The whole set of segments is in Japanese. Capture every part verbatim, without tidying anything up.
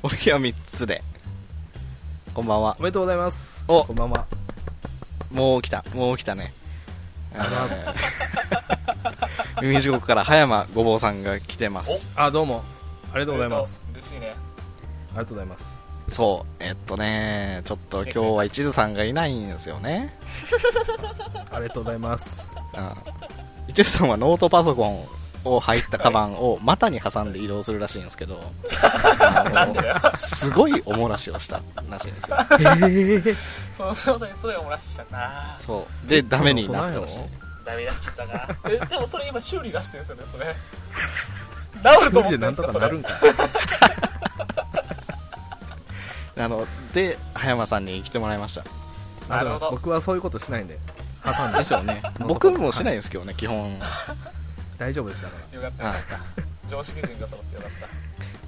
俺はみっつで。こんばんは。 おめでとうございます。 お、 こんばんは。 もう来たもう来たね。 ありがとうございます。 耳地獄から葉山ごぼうさんが来てます。 あ、どうもありがとうございます。 嬉しいね。 ありがとうございます。 そうえっとねちょっと今日は一途さんがいないんですよね。 ありがとうございます。 うん、一途さんはノートパソコンを入ったカバンを股に挟んで移動するらしいんですけどあのすごいおもらしをしたらしいんですよ。 へえ。 その状態ですごいおもらししたな。 そうでダメになったらしい。 ダメになっちゃったな。えでもそれ今修理出してるんですよね。それ治ると思ってんですか。それあので葉山さんに来てもらいました。 なるほど。 僕はそういうことしないんで挟んでですよね。僕もしないですけどね、基本大丈夫ですだから。 よかったよかった常識人が揃ってよかった。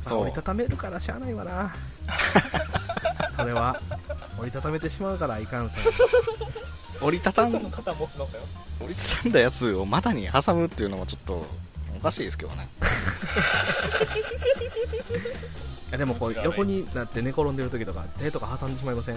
そう、折りたためるからしゃあないわなそれは折りたためてしまうからいかんせん。 折りたたんその肩持つのかよ。 折りたたんだやつを股に挟むっていうのもちょっとおかしいですけどねいやでもこう横になって寝転んでる時とか手とか挟んでしまいません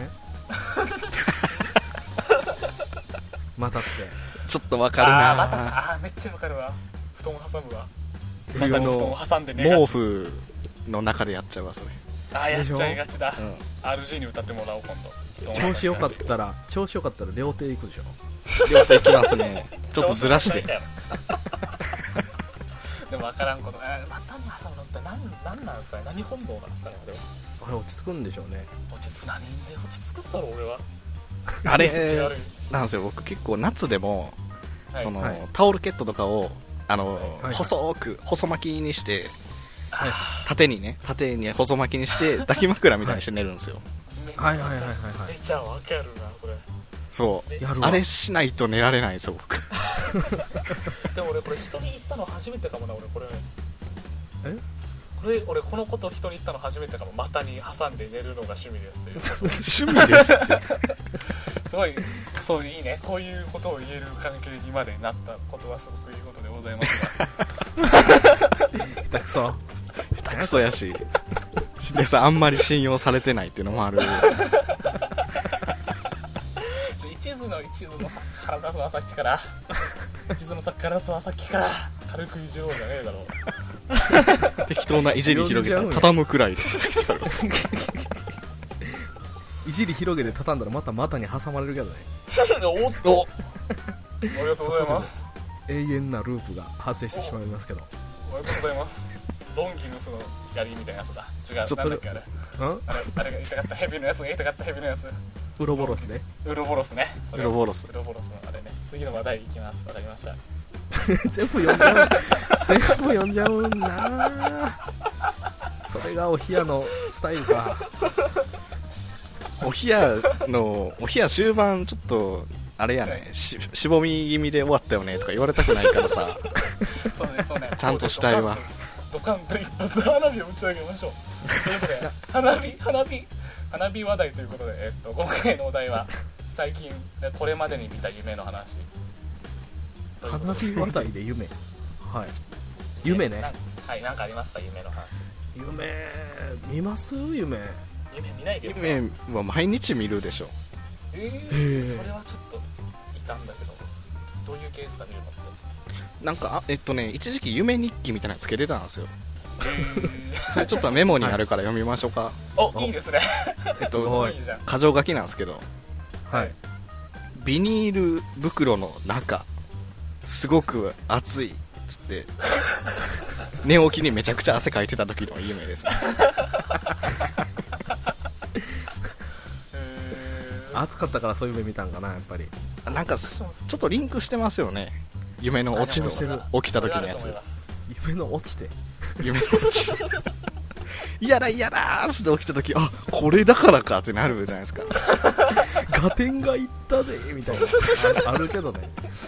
股ってちょっとわかるな。 あー、またあーめっちゃわかるわ。布団を挟むわ。ま冬のた布団を挟んで寝がち。 毛布の中でやっちゃうわそれ。 あーやっちゃいがちだ、 うん、 アールジー に歌ってもらおう今度。 調子よかったら調子よかったら両手いくでしょ。 両手いきますねちょっとずらしてでも分からんこと、えー、股に挟むのって何、何なんですかね。何本能なんですかね。あれはあれ落ち着くんでしょうね。 落ち着く。何で落ち着くんだろう俺は。 あれ違うなんですよ。僕結構夏でも、 はい、 その、 はい、 タオルケットとかをあの、 はいはい、 細く細巻きにして、 はい、 縦にね縦に細巻きにして抱き枕みたいにして寝るんですよ。 はいはいはいはいはい。 めっちゃわかるなそれ。 そうやるわ。 あれしないと寝られないですよ僕でも俺これ人に言ったの初めてかもな。俺これえこれ俺このこと人に言ったの初めてかも。股に挟んで寝るのが趣味ですということ趣味ですってすごいそういいね。こういうことを言える関係にまでなったことはすごくいいことでございますが下手くそ下手くそやしでさあんまり信用されてないっていうのもあるちょ一途の一途のさ体の先から一途のさ体の先から軽くいじろうじゃねえだろう適当ないじり広げたら畳むくらいでいじり広げて畳んだらまた股に挟まれるけどねおっとありがとうございます。 永遠なループが発生してしまいますけど。 ありがとうございます。ロンギヌスの槍みたいなやつだ。違う、なんだっけあれ。 うんあれ、あれが言いたかったヘビのやつが言いたかったヘビのやつ。 ウロボロスね。 ウロボロスね。 ウロボロス。 ウロボロスのあれね。次の話題いきます。わかりました。 全部読んじゃう。全部読んじゃうんな。それがお冷やのスタイルか。 お冷やのお冷や終盤ちょっとあれやね、し, しぼみ気味で終わったよねとか言われたくないからさそうねそうねちゃんとしたいわ。 ドカンと一発花火を打ち上げましょうということで花火花火花火話題ということで、えっと、今回のお題は最近これまでに見た夢の話。 花火話題で夢はい夢ね。 はい、なんかありますか夢の話。 夢見ます夢夢見ないですか。 夢は毎日見るでしょ。 えー、 へーそれはちょっといたんだけどどういうケースか見るのって。 なんかあえっとね一時期夢日記みたいなのつけてたんですよ。 えー、 それちょっとメモにあるから読みましょうか。 おいいですねえっとすごいじゃん。 箇条書きなんですけど、 はいビニール袋の中すごく暑いっつって寝起きにめちゃくちゃ汗かいてた時の夢です、ね暑かったからそういう夢見たんかなやっぱり。 なんかちょっとリンクしてますよね。夢の落ちと起きた時のやつ。 夢の落ちて夢の落ち嫌だ嫌だーって起きた時あこれだからかってなるじゃないですかガテンがいったぜみたいな あ, あるけどね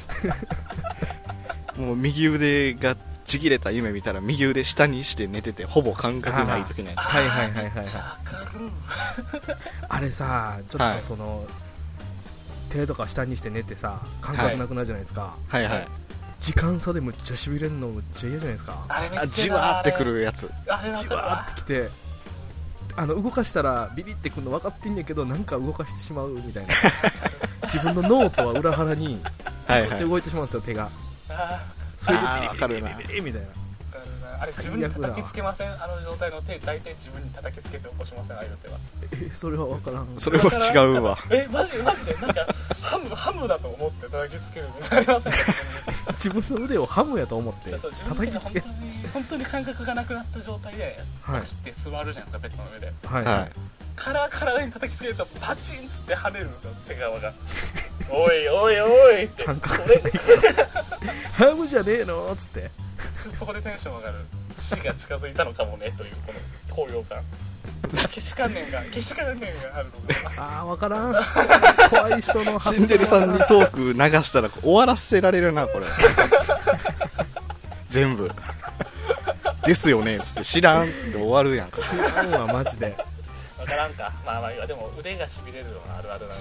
もう右腕がちぎれた夢見たら右腕下にして寝ててほぼ感覚ない時のやつ。 はいはいはいはい、はい、あれさちょっはいとその、はい、手とか下にして寝てさ感覚なくなるじゃないですか。 はいはい、はい、 時間差でむっちゃしびれんのむっちゃ嫌じゃないですか。 あれめっちゃあじわーってくるやつ。 あれじわーってきてあの動かしたらビリってくるの分かってんやけどなんか動かしてしまうみたいな自分の脳とは裏腹にこうやって動いてしまうんですよ、手が。それでビリビリビリビリみたいな。 あれ自分に叩きつけません？あの状態の手大体自分に叩きつけて起こしません？ああいう手は。 えそれは分からん。 それは違うわ。 えマジマジでなんかハムハムだと思って叩きつけるみたいなありませんか？ 自分の腕をハムやと思ってそうそう叩きつけ本当に本当に感覚がなくなった状態で起きて座るじゃないですか、ベッドの上で。 はいはい。 から体に叩きつけるとパチンっつって跳ねるんですよ、手側が。おいおいおいって感覚俺ハムじゃねえのっつってそ, そこでテンション上がる。死が近づいたのかもねというこの高揚感、既視観念が既視観念があるのか。 ああ分からん怖い人の発シンデレさんにトーク流したら終わらせられるなこれ全部ですよねっつって知らんって終わるやんか。 知らんわマジで。 分からんか。まあまあでも腕がしびれるのはあるあるだ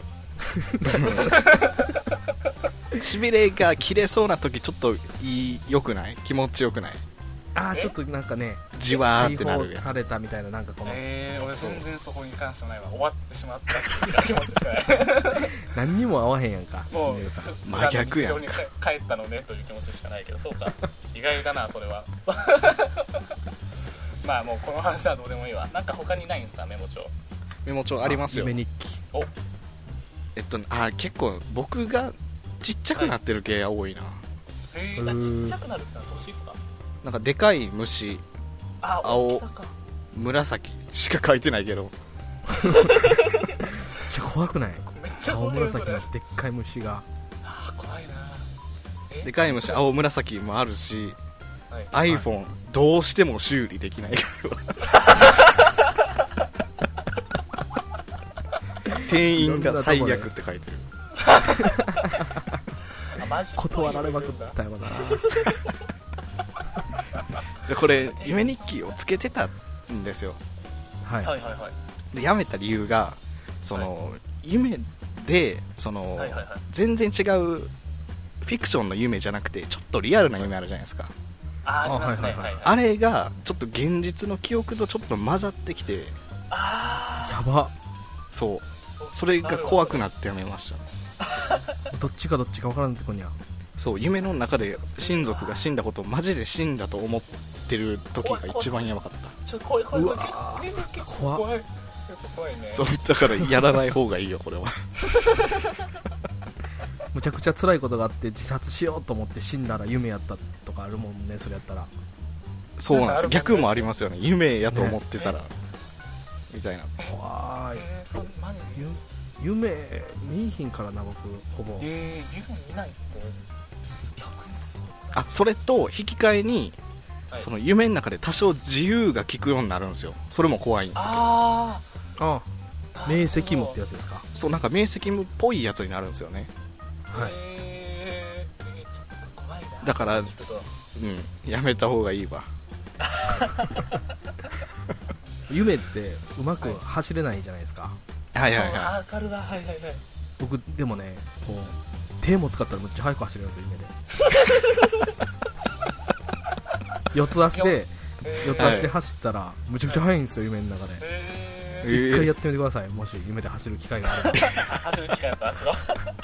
ね。 しびれが切れそうな時ちょっといい良くない？気持ちよくない？ ああちょっとなんかねじわーってなるやつ。 解放されたみたいななんかこのえー、俺全然そこに関してはないわ。終わってしまったっていう気持ちしかない何にも合わへんやんか。 もうシンデレさん真逆やんか。 普段の日常に帰ったのねという気持ちしかないけど、そうか意外だなそれはまあもうこの話はどうでもいいわ。なんか他にないんですか？メモ帳。 メモ帳ありますよ。 夢日記。 おえっとあ結構僕がちっちゃくなってる系が多いな。 へー、あちっちゃくなるってのは年ですか？ なんかでかい虫、 あ青大きさか。 紫しか書いてないけど、 めっちゃ怖くない？ めっちゃ青怖いよそれ。 紫のでっかい虫が。 あー怖いな。えでかい虫青紫もあるし、 はい、 iPhone どうしても修理できない店員が最悪って書いてる。 あマジ断られまくったよな。 でこれ夢日記をつけてたんですよ。 はいはいはいはいでやめた理由がその、はい、夢でその、はいはいはい、全然違うフィクションの夢じゃなくてちょっとリアルな夢あるじゃないですか。 あありますね、 はいはいはい、 あれがちょっと現実の記憶とちょっと混ざってきて、 あやば。 そうそれが怖くなってやめました。 どっちかどっちか分からんってこにゃ。 そう夢の中で親族が死んだことをマジで死んだと思ってる時が一番やばかった。 ちょっと怖い怖い怖い怖っ怖い怖いね。 そうだからやらない方がいいよこれはむちゃくちゃ辛いことがあって自殺しようと思って死んだら夢やったとかあるもんね。それやったらそうなんですよ。逆もありますよね。夢やと思ってたら、ね、みたいな。 怖い、 えー、そマジ夢見いひんからな僕ほぼ。 えー、夢見ないって逆にすごい。 あそれと引き換えに、はい、その夢の中で多少自由が利くようになるんですよ。それも怖いんですけど。 ああ明晰夢ってやつですか？ そうなんか明晰夢っぽいやつになるんですよね。 はい、 えー、ちょっと怖いな。 だからうんやめた方がいいわ夢ってうまく走れないじゃないですか。 はいはいはい。 わかるわ。はいはいはい。 僕でもねこう手も使ったらめっちゃ速く走れるんですよ夢で四つ足で四つ足で走ったらむちゃくちゃ速いんですよ夢の中で。 えー、一回やってみてください。もし夢で走る機会があれば走る機会だったら走ろう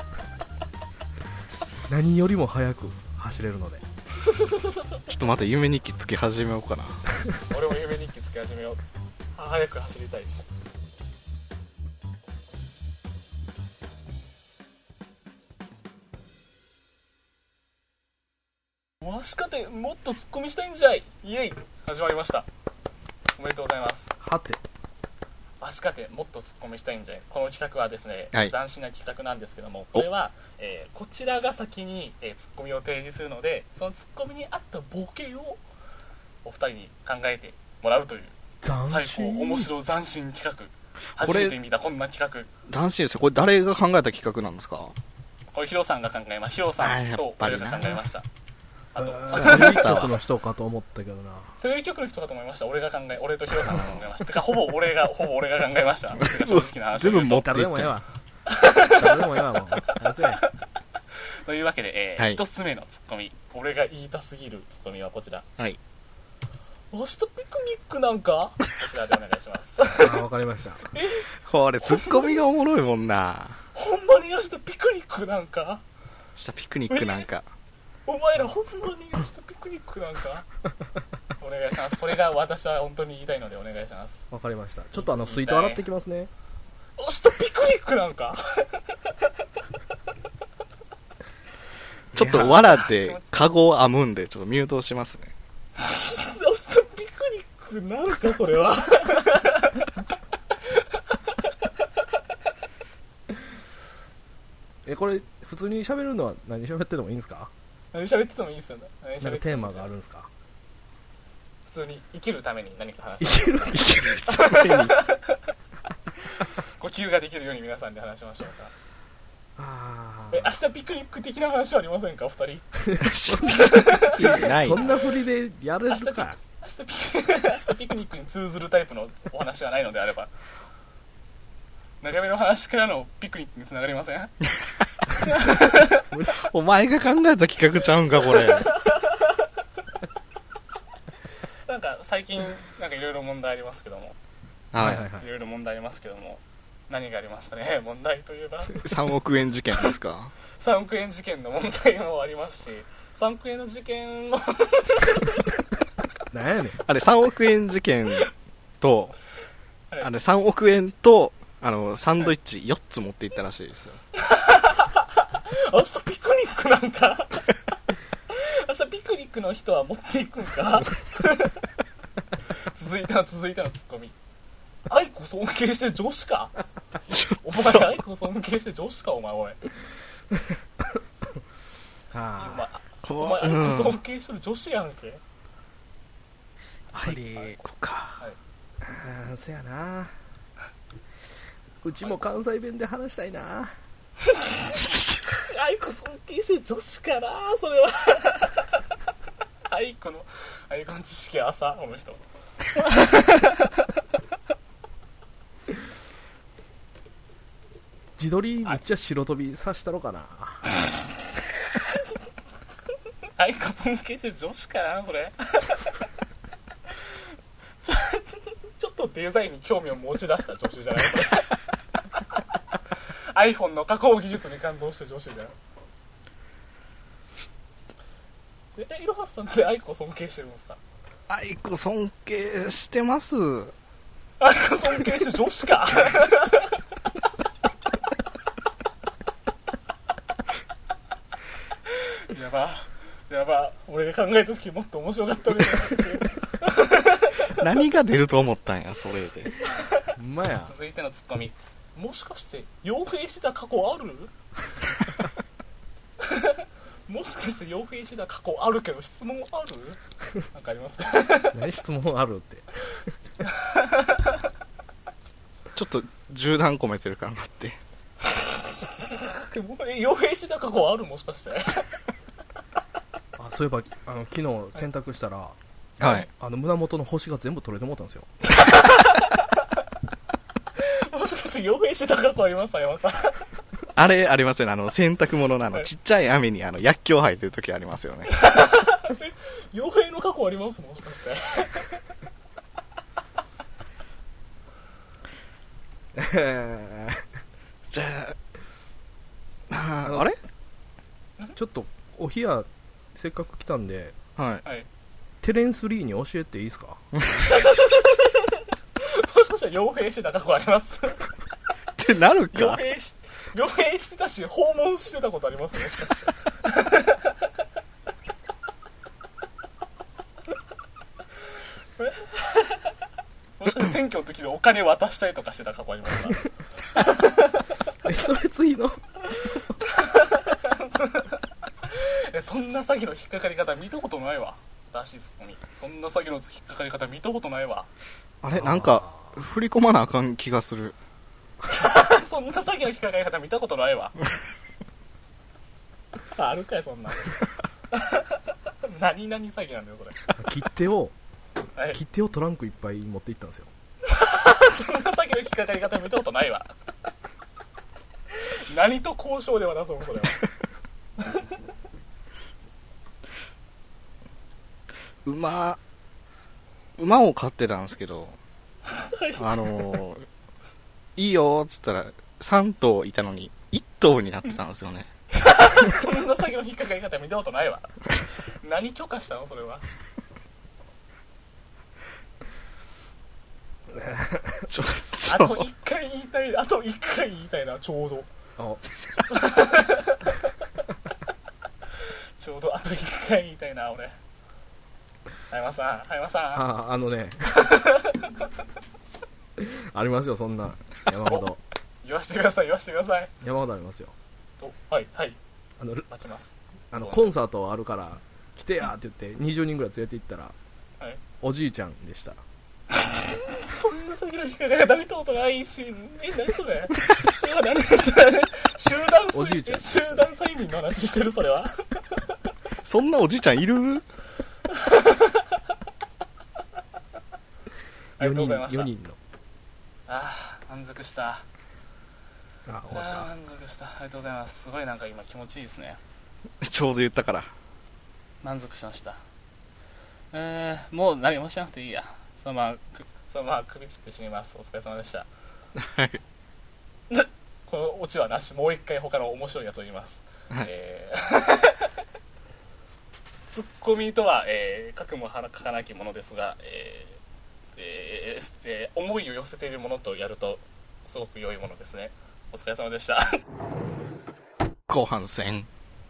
何よりも速く走れるのでちょっとまた夢日記つけ始めようかな俺も夢日記つけ始めよう。早く走りたいし。わしかてもっとツッコミしたいんじゃい。イエイ始まりました。おめでとうございます。 はてわしかてもっとツッコミしたいんじゃい。この企画はですね、 はい、 斬新な企画なんですけども、これは、えー、こちらが先に、えー、ツッコミを提示するので、そのツッコミに合ったボケをお二人に考えてもらうという最高面白斬新企画。初めて見たこんな企画。 斬新ですよ。これ誰が考えた企画なんですか？ これヒロさんが考えました。ヒロさんと俺が考えました。あとテレビ局の人かと思ったけどな。 テレビ局の人かと思いました。俺が考え俺とヒロさんが考えました。てかほぼ俺がほぼ俺が考えました。正直な話。 全部持っていって。 誰でもええわ。誰でもええわもう。 というわけで、えーはい、 一つ目のツッコミ。俺が言いたすぎるツッコミはこちら。 はい。 明日ピクニックなんかこちらでお願いします。 あ、わかりました。 これツッコミがおもろいもんな。 ほんまに明日ピクニックなんか、 明日ピクニックなんか、 お前らほんまに明日ピクニックなんかお願いします。これが私は本当に言いたいのでお願いします。 わかりました。ちょっとあの水筒洗ってきますね。 明日ピクニックなんかちょっと笑ってカゴを編むんでちょっとミュートしますね。 明日ピクニックなんかそれはえ、これ普通に喋るのは何喋っててもいいんですか？ 何喋っててもいいですよね。何なん喋っててもいいですよかテーマがあるんですか？ 普通に生きるために何か話いしけるいけるために呼吸ができるように皆さんで話しましょうか。 あえ、明日ピクニック的な話はありませんか、お二人。 ないそんな振りでやれ明日ピクるか。 明日ピク明日ピクニックに通ずるタイプのお話はないのであれば、長めの話からのピクニックにつながりません？ お前が考えた企画ちゃうんかこれ。 なんか最近なんかいろいろ問題ありますけども、 はいはいはいいろいろ問題ありますけども、何がありますかね。問題といえばさんおくえん事件ですか？ さんおくえん事件の問題もありますし、さんおくえんの事件のなんやねん。 あれさんおくえん事件と、 あれあれさんおくえんとあのサンドイッチよっつ持っていったらしいですよ。 明日ピクニックなんか明日ピクニックの人は持っていくんか続いての続いてのツッコミ、愛子尊敬してる女子かお前愛子尊敬してる女子かお前おいお前あお前愛子尊敬してる女子やんけ、 やっぱり、 こうか。 はい、 あーそやな。うちも関西弁で話したいな。 愛子尊敬してる女子かなそれは愛子の愛子の知識浅この人自撮りめっちゃ白飛びさしたろかな。 愛子尊敬してる女子かなそれちょちょっとデザインに興味を持ち出した女子じゃないiPhone の加工技術に感動した女子じゃない。え、いろはさんって愛子尊敬してるんですか？ 愛子尊敬してます。 愛子尊敬してる女子かやばやば、俺が考えた時もっと面白かったね何が出ると思ったんやそれで。 ほんまや。 続いてのツッコミ、もしかして傭兵してた過去あるもしかして傭兵してた過去あるけど質問あるなんかありますか何質問あるって。 ちょっと銃弾込めてる感があって。 でもえ傭兵してた過去あるもしかしてあ、そういえばあの昨日洗濯したら、 はい。 あの胸元の星が全部取れてもったんですよ。 もしかして傭兵してた過去あります山さんあれありますよね、あの洗濯物のあのちっちゃい網にあの薬莢入ってる時ありますよね。 傭兵の過去ありますもしかしてじゃあああのあれちょっとお部屋せっかく来たんで、 はいはい、 テレンスリーに教えていいですか？ もしかしたら傭兵してた過去ありますってなる傭か。 兵し傭兵してたし訪問してたことありますもしかしてもしかして選挙の時にお金渡したりとかしてた過去ありますかえ、それ次のえそんな詐欺の引っかかり方見たことないわ。ダッシーツッコミ、そんな詐欺の引っかかり方見たことないわあれなんか振り込まなあかん気がする。 そんな詐欺の引っかかり方見たことないわあるかいそんな何々詐欺なんだよそれ切手をはい切手をトランクいっぱい持って行ったんですよ。 そんな詐欺の引っかかり方見たことないわ何と交渉で渡そうそれは馬馬を飼ってたんですけど、 あのー、いいよっつったらさん頭いたのにいっ頭になってたんですよね。 そんな先の引っかかり方見たことないわ。何許可したのそれは。 ちょっあとといっかい言いたい、あといっかい言いたいな、ちょうど。 おちょうどあといっかい言いたいな、俺。葉山さん、葉山さん。 ああのねありますよ、そんな山ほど。 言わしてください、言わしてください。 山ほどありますよ。 お、はいはい、 あの待ちます。 あのコンサートあるから来てやって言ってにじゅうにんぐらい連れて行ったら、 はい、 おじいちゃんでした。 そんな先の引っかかり方見たことないし、え、何それ。今何それ。集団おじいちゃん集団催眠の話してる、それは。 そんなおじいちゃんいる？ ありがとうございました。 よにんの。 ああ、満足した。 あ、終わった。 あー満足した。ありがとうございます。すごいなんか今気持ちいいですね。 ちょうど言ったから。 満足しました。えー、もう何もしなくていいや。そのままくそのまま首つって死にます。お疲れ様でした。 はい。 このオチはなし。もう一回他の面白いやつを言います。 はい、 えーツッコミとは、えー、書くも書かなきものですが、えーえーえー、思いを寄せているものとやるとすごく良いものですね。お疲れ様でした。 後半戦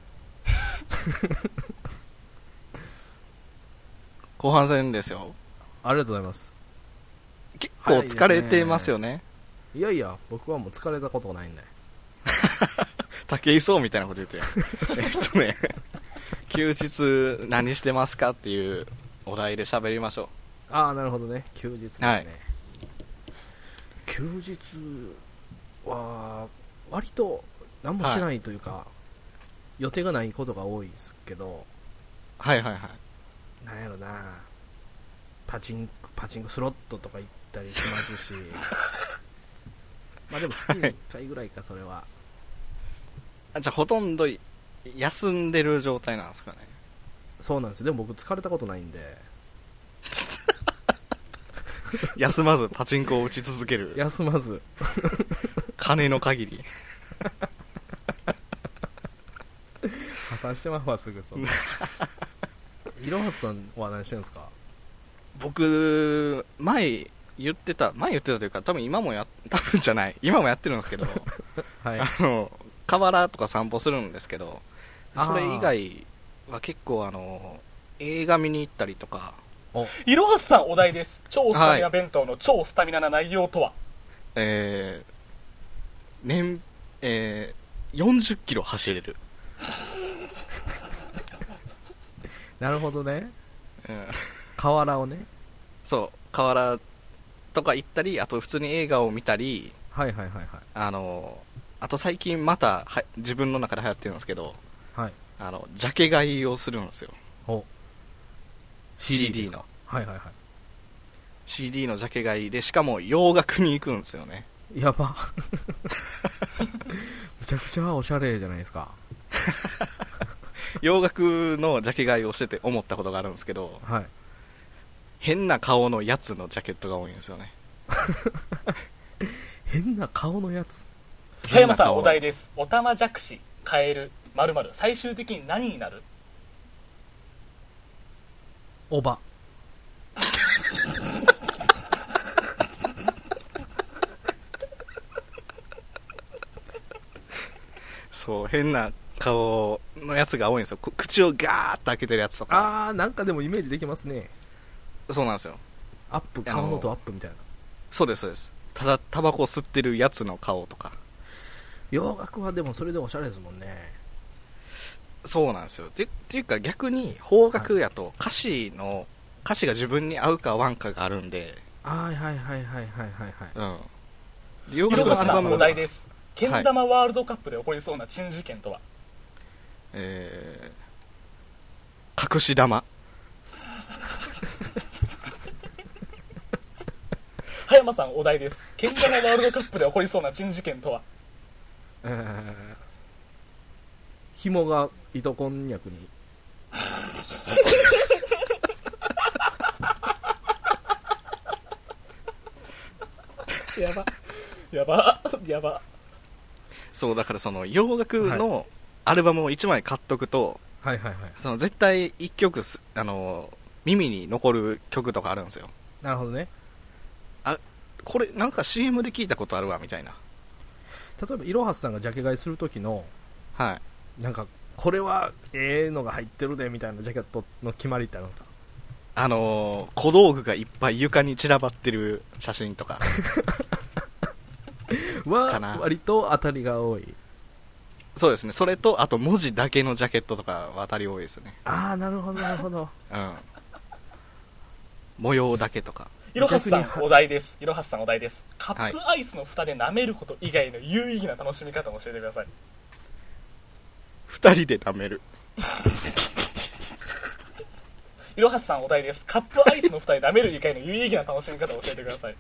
後半戦ですよ。 ありがとうございます。 結構疲れてますよね。 いやいや、僕はもう疲れたことがないんで。 武井壮みたいなこと言ってる。えっとね休日何してますかっていうお題で喋りましょう。 ああ、なるほどね。休日ですね、はい、休日は割と何もしないというか、はい、予定がないことが多いですけど、 はいはいはい、 なんやろな、パチンパチンコスロットとか行ったりしますしまあでも月にいっかいぐらいか、それは。 あ、じゃあほとんど休んでる状態なんですかね。 そうなんですよ。でも僕疲れたことないんで休まずパチンコを打ち続ける。 休まず金の限り破産してますわ、すぐ。そんないろはつさんは何してるんですか？ 僕前言ってた前言ってたというか、多分今もや多分じゃない今もやってるんですけどはい、 あの河原とか散歩するんですけど、それ以外は結構あの映画見に行ったりとか。 いろはすさんお題です。超スタミナ弁当の超スタミナな内容とは？はい、 えー、年、えー、よんじゅっキロ走れる。 なるほどね、 うん、 河原をね。 そう河原とか行ったり、あと普通に映画を見たり、 はいはいはいはい、 あのあと最近または自分の中で流行ってるんですけど、 はい、 あのジャケ買いをするんですよ。 おシーディー の、 はいはいはい、 シーディー のジャケ買いで、しかも洋楽に行くんですよね。 やばむちゃくちゃおしゃれじゃないですか。 洋楽のジャケ買いをしてて思ったことがあるんですけど、 はい、 変な顔のやつのジャケットが多いんですよね。 変な顔のやつ。 葉山さんお題です。おたまじゃくし、カエル、〇〇、最終的に何になる？ おば。 そう、変な顔のやつが多いんですよ。口をガーッと開けてるやつとか。 あー、なんかでもイメージできますね。 そうなんですよ。 アップ、顔のとアップみたいな。 そうですそうです。ただタバコ吸ってるやつの顔とか。 洋楽はでもそれでおしゃれですもんね。 そうなんですよ。てっていうか逆に邦楽やと歌詞の、はい、歌詞が自分に合うか合わんかがあるんで。 はいはいはいはいはいはいはい。 うん。洋楽のアルバムお題です。けん玉ワールドカップで起こりそうな珍事件とは？はい、 えー、隠し玉。 葉山さんお題です。けん玉ワールドカップで起こりそうな珍事件とは？ えー、紐が糸こんにゃくにやばやばやば。 そうだからその洋楽のアルバムをいちまい買っとくと、 はいはいはい。 その絶対いっきょくすあの耳に残る曲とかあるんですよ。 なるほどね。 あ、これなんか シーエム で聞いたことあるわみたいな。 例えばいろはすさんがジャケ買いする時のはいなんかこれはええのが入ってるでみたいなジャケットの決まりってあるんですか？ あのー、小道具がいっぱい床に散らばってる写真とかかな。 は割と当たりが多い。 そうですね。それとあと文字だけのジャケットとかは当たり多いですね。 ああ、なるほどなるほど。 うん模様だけとか。 いろはすさんお題です。いろはすさんお題です。カップアイスの蓋で舐めること以外の有意義な楽しみ方を教えてください。 二人で舐める。 いろはすさんお題です。カップアイスの蓋で舐める以外の有意義な楽しみ方を教えてください。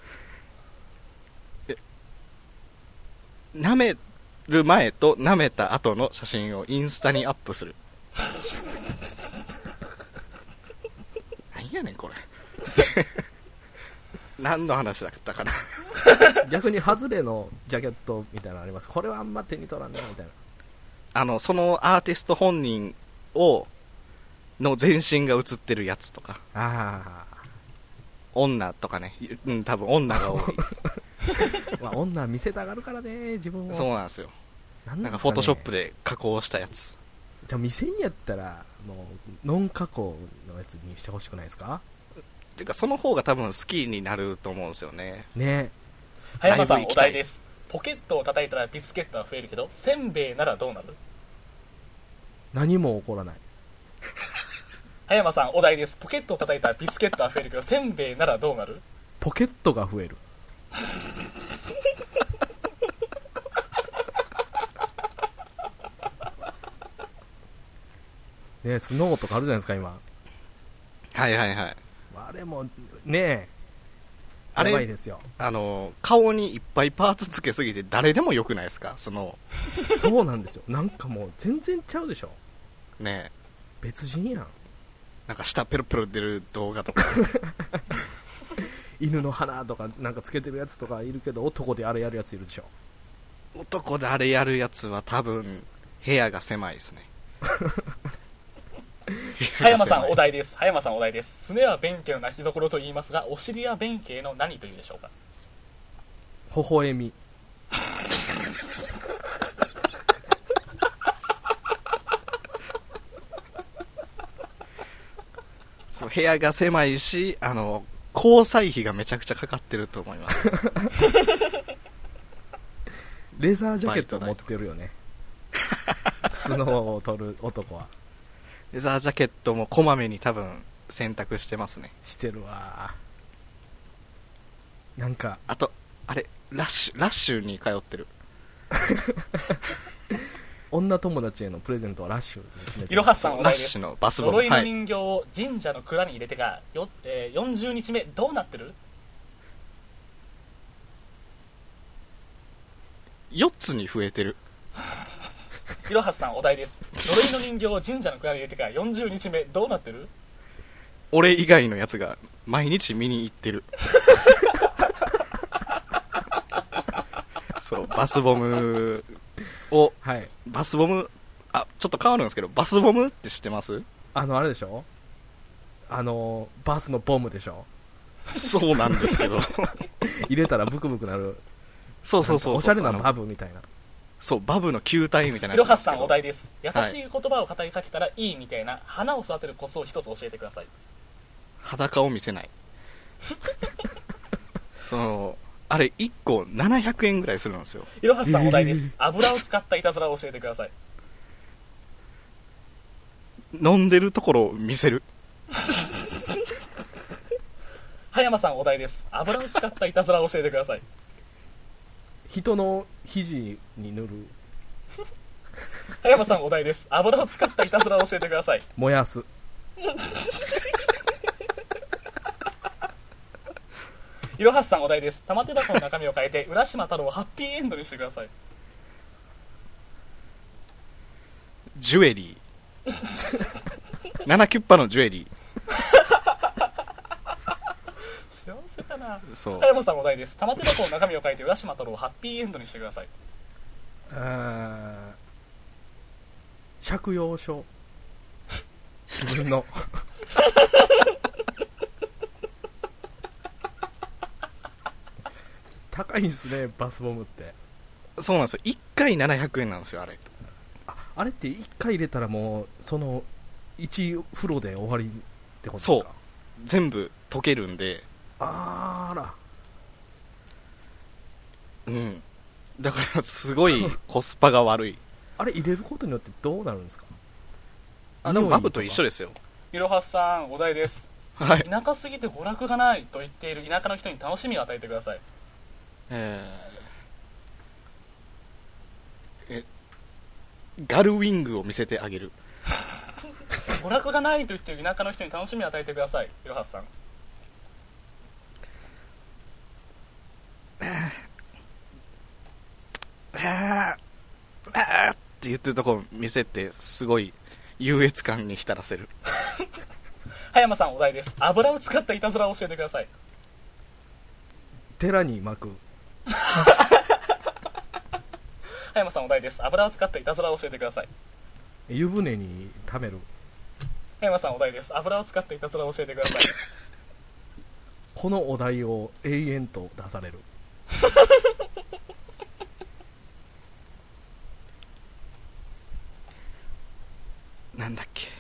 え舐める前と舐めた後の写真をインスタにアップする。何やねんこれ。何の話だったかな。 逆にハズレのジャケットみたいなのあります？これはあんま手に取らんねみたいな。 あのそのアーティスト本人をの全身が写ってるやつとか。 ああ。 女とかね、うん、多分女が多い。 まあ女見せたがるからね、自分を。 そうなんですよ。 なんなんかフォトショップで加工したやつ。 じゃあ店にやったらもうノン加工のやつにしてほしくないですか？ てかその方が多分好きになると思うんですよね。 ね。 葉山さんお題です。ポケットを叩いたらビスケットは増えるけどせんべいならどうなる？ 何も起こらない。 葉山さんお題です。ポケットを叩いたらビスケットは増えるけどせんべいならどうなる？ ポケットが増える。ね、スノーとかあるじゃないですか今。 はいはいはい。 あれもね、 あれやばいですよ。 あの顔にいっぱいパーツつけすぎて誰でもよくないですか？そのそうなんですよ。なんかもう全然ちゃうでしょ。 ねえ、 別人やん。 なんか下ペロペロ出る動画とか。 犬の鼻とかなんかつけてるやつとかいるけど、男であれやるやついるでしょ。 男であれやるやつは多分部屋が狭いですね。 葉山さんお題です。葉山さんお題です。すねは弁慶の泣きどころと言いますが、お尻は弁慶の何というでしょうか？ 微笑み。 そう、部屋が狭いし、あの交際費がめちゃくちゃかかってると思います。 レザージャケット持ってるよね。スノーを取る男は。 レザージャケットもこまめに多分選択してますね。 してるわ。なんかあとあれラッシュラッシュに通ってる。 女友達へのプレゼントはラッシュに決めてる。 いろはさんお題です。 ラッシュのバスボム。 呪いの人形を神社の蔵に入れてからよ、えー、よんじゅうにちめどうなってる？ よっつに増えてる。 いろはさんお題です。呪いの人形を神社の蔵に入れてからよんじゅうにちめどうなってる？ 俺以外のやつが毎日見に行ってる。そう、バスボムを、 はい。 バスボム、あ、ちょっと変わるんですけど、バスボムって知ってます？ あのあれでしょ、あのバスのボムでしょ。 そうなんですけど。 入れたらブクブクなる。 そうそうそうそう、 おしゃれなバブみたいな。 そう、バブの球体みたいなやつなんですけど。 いろはさんお題です。優しい言葉を語りかけたらいいみたいな花を育てるコツを一つ教えてください。 裸を見せない。そのあれいっこななひゃくえんぐらいするんですよ。 いろはさんお題です。油を使ったいたずらを教えてください。 飲んでるところを見せる。 葉山さんお題です。油を使ったいたずらを教えてください。 人の肘に塗る。 葉山さんお題です。油を使ったいたずらを教えてください。 燃やす。 いろはさんお題です。玉手箱の中身を変えて浦島太郎をハッピーエンドにしてください。 ジュエリー。ナナキュッパのジュエリー。 幸せだ。 だな。 そう葉山さんお題です。玉手箱の中身を書いて浦島太郎をハッピーエンドにしてください。 あー借用書自分の高いんですねバスボムって。 そうなんですよ。いっかいななひゃくえんなんですよあれ。 ああれっていっかい入れたらもうそのいち風呂で終わりってことですか。 そう全部溶けるんで。 あらうんだからすごいコスパが悪いあれ入れることによってどうなるんですか。 あでもバブと一緒ですよ。 いろはさんお題です。 はい田舎すぎて娯楽がないと言っている田舎の人に楽しみを与えてください。 えー、えガルウィングを見せてあげる。 娯楽がないと言っている田舎の人に楽しみを与えてください。いろはさん。 あーあーって言ってるとこ見せてすごい優越感に浸らせる。 葉山さんお題です。油を使ったいたずらを教えてください。 寺に巻く。 葉山さんお題です。油を使ったいたずらを教えてください。 湯船に溜める。 葉山さんお題です。油を使ったいたずらを教えてください。 このお題を永遠と出される。 なんだっけ。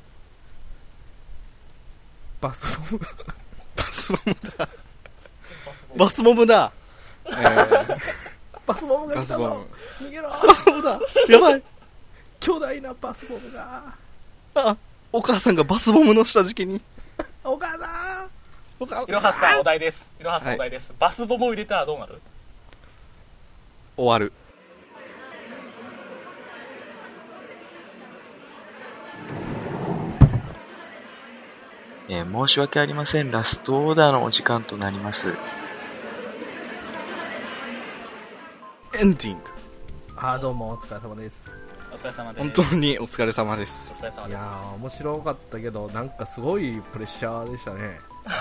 バスボム。 バスボムだ。バスボムだ。えー、 バスボムが来たバスボムぞ。逃げろ。 バスボムだ。やばい。 巨大なバスボムが。 あ、お母さんがバスボムの下敷きに。 お母さん。 お母さん。 いろはさんお題です。いろはさんお題です、はい、バスボムを入れたらどうなる。 終わる。 えー、申し訳ありません。ラストオーダーのお時間となります。 エンディング。 あ、どうもお疲れ様です。 お疲れ様です。 本当にお疲れ様です。 お疲れ様です。 いやー面白かったけどなんかすごいプレッシャーでしたね。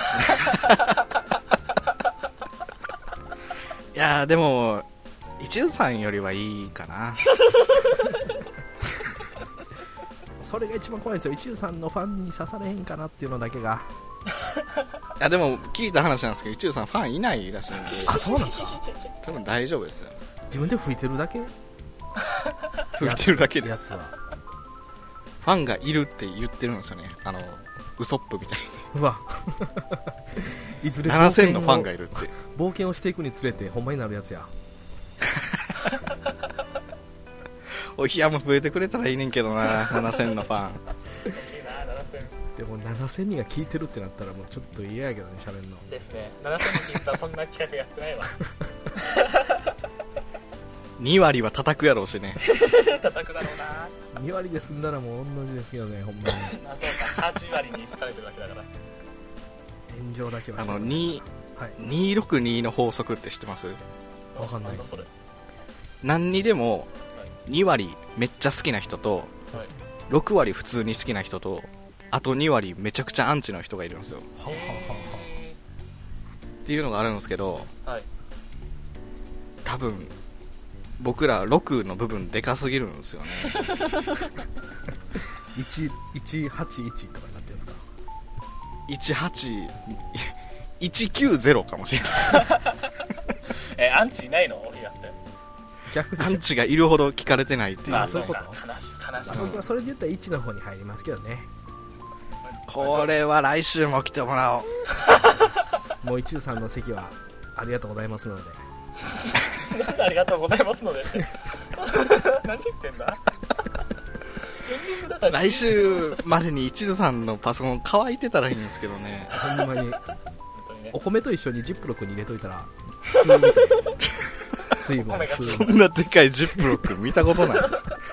いやーでも一途さんよりはいいかな。 それが一番怖いんですよ。一途さんのファンに刺されへんかなっていうのだけが。 いやでも聞いた話なんですけど一途さんファンいないらしいんで。あ、 そうなんですか。 多分大丈夫ですよ。 自分で吹いてるだけ。 吹いてるだけです。 やつはファンがいるって言ってるんですよね。あのウソップみたいに。 うわ。いずれななせんのファンがいるって。 冒険をしていくにつれてほんまになるやつや。 おひやも増えてくれたらいいねんけどな。ななせんのファン欲しいな。ななせんでもななせんにんが聞いてるってなったらもうちょっと嫌やけどね、喋るのですね。ななせんにん聞いてたらこんな企画やってないわ。 に割は叩くやろうしね。 叩くだろうな。 に割で済んだらもう同じですけどね、ほんまに。 あ、そうか。はち割に好かれてるわけだから。 炎上だけはあのしてる。 に、 はい、 にひゃくろくじゅうにの法則って知ってます？ わかんないです。 それ何にでもに割めっちゃ好きな人と、 はい、 ろく割普通に好きな人と、あとに割めちゃくちゃアンチの人がいるんですよ。 ははははっていうのがあるんですけど、 はい、 多分僕らろくの部分でかすぎるんですよね。 いちいちはちいちとかになってるんですか？ いちはちいちきゅうゼロかもしれない。 えー、アンチいないの？いやって逆でしょ。 アンチがいるほど聞かれてないっていう。 あ、そうか。 そういうこと悲しい悲しい、 まあ僕はそれで言ったらいちの方に入りますけどね。 これは来週も来てもらおう。 もう一途さんの席はありがとうございますので。 なんでありがとうございますのでって何言ってんだ。 来週までに一途さんのパソコン乾いてたらいいんですけどね。 ほんまに本当にね。 お米と一緒にジップロックに入れといたら急みたいな水分を吸う。 そんなでかいジップロック見たことない。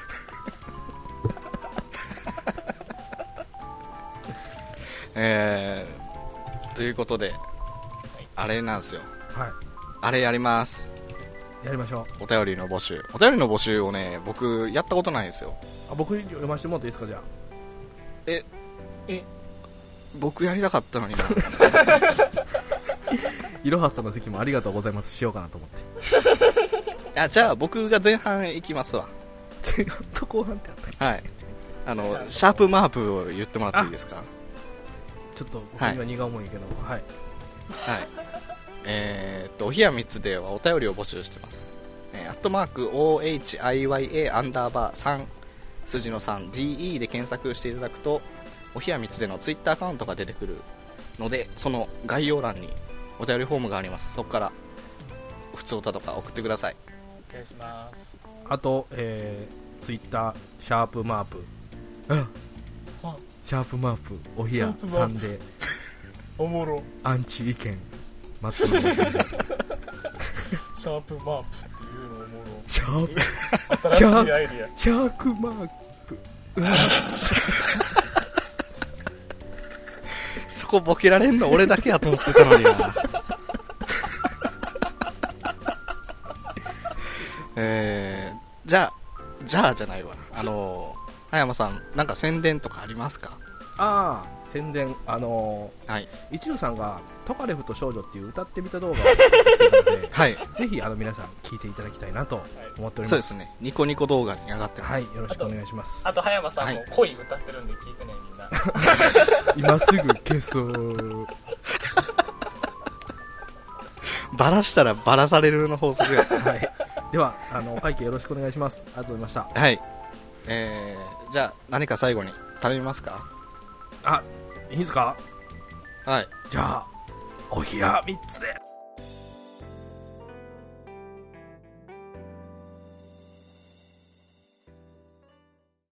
えー、ということで、あれなんですよ。 はい。 あれやります。 やりましょう。 お便りの募集。お便りの募集をね、僕やったことないんですよ。 あ、僕読ませてもらっていいですか、じゃあ。 ええ僕やりたかったのにな。 いろはさんの席もありがとうございますしようかなと思ってあ、じゃあ僕が前半行きますわ。 前半と後半ってあったり、 はい、あのシャープマープを言ってもらっていいですか。 ちょっと僕には荷が重いけど、はい、 はい、えー、っとお部屋みっつではお便りを募集してます。えー、アットマーク オーエイチアイワイエー アンダーバーさん数字の さんディーイー で検索していただくとお部屋みっつでのツイッターアカウントが出てくるので、その概要欄にお便りフォームがあります。そこから普通歌とか送ってください。 お願いします。 あと、えー、ツイッターシャープマープあシャープマープお部屋さんでおもろアンチ意見待っておりますのでシャープマープっていうのおもろシャープ新しいアイディアシャークマープそこボケられんの俺だけやと思ってたのになえー、じゃあじゃあじゃないわ、あの葉山さんなんか宣伝とかありますか。 ああ宣伝、あのー、 はい、 一ノさんがトカレフと少女っていう歌ってみた動画をしてるので、はい、ぜひあの皆さん聞いていただきたいなと思っております。 そうですね、ニコニコ動画に上がってます。 はい、よろしくお願いします。 あと葉山さんも恋歌ってるんで聞いてね、みんな今すぐ消そうバラしたらバラされるの法則やはい、ではあの会計よろしくお願いします。ありがとうございました。 はい、えー、じゃあ何か最後に頼みますか。 あ、いいですか。 はい、 じゃあお部屋みっつで。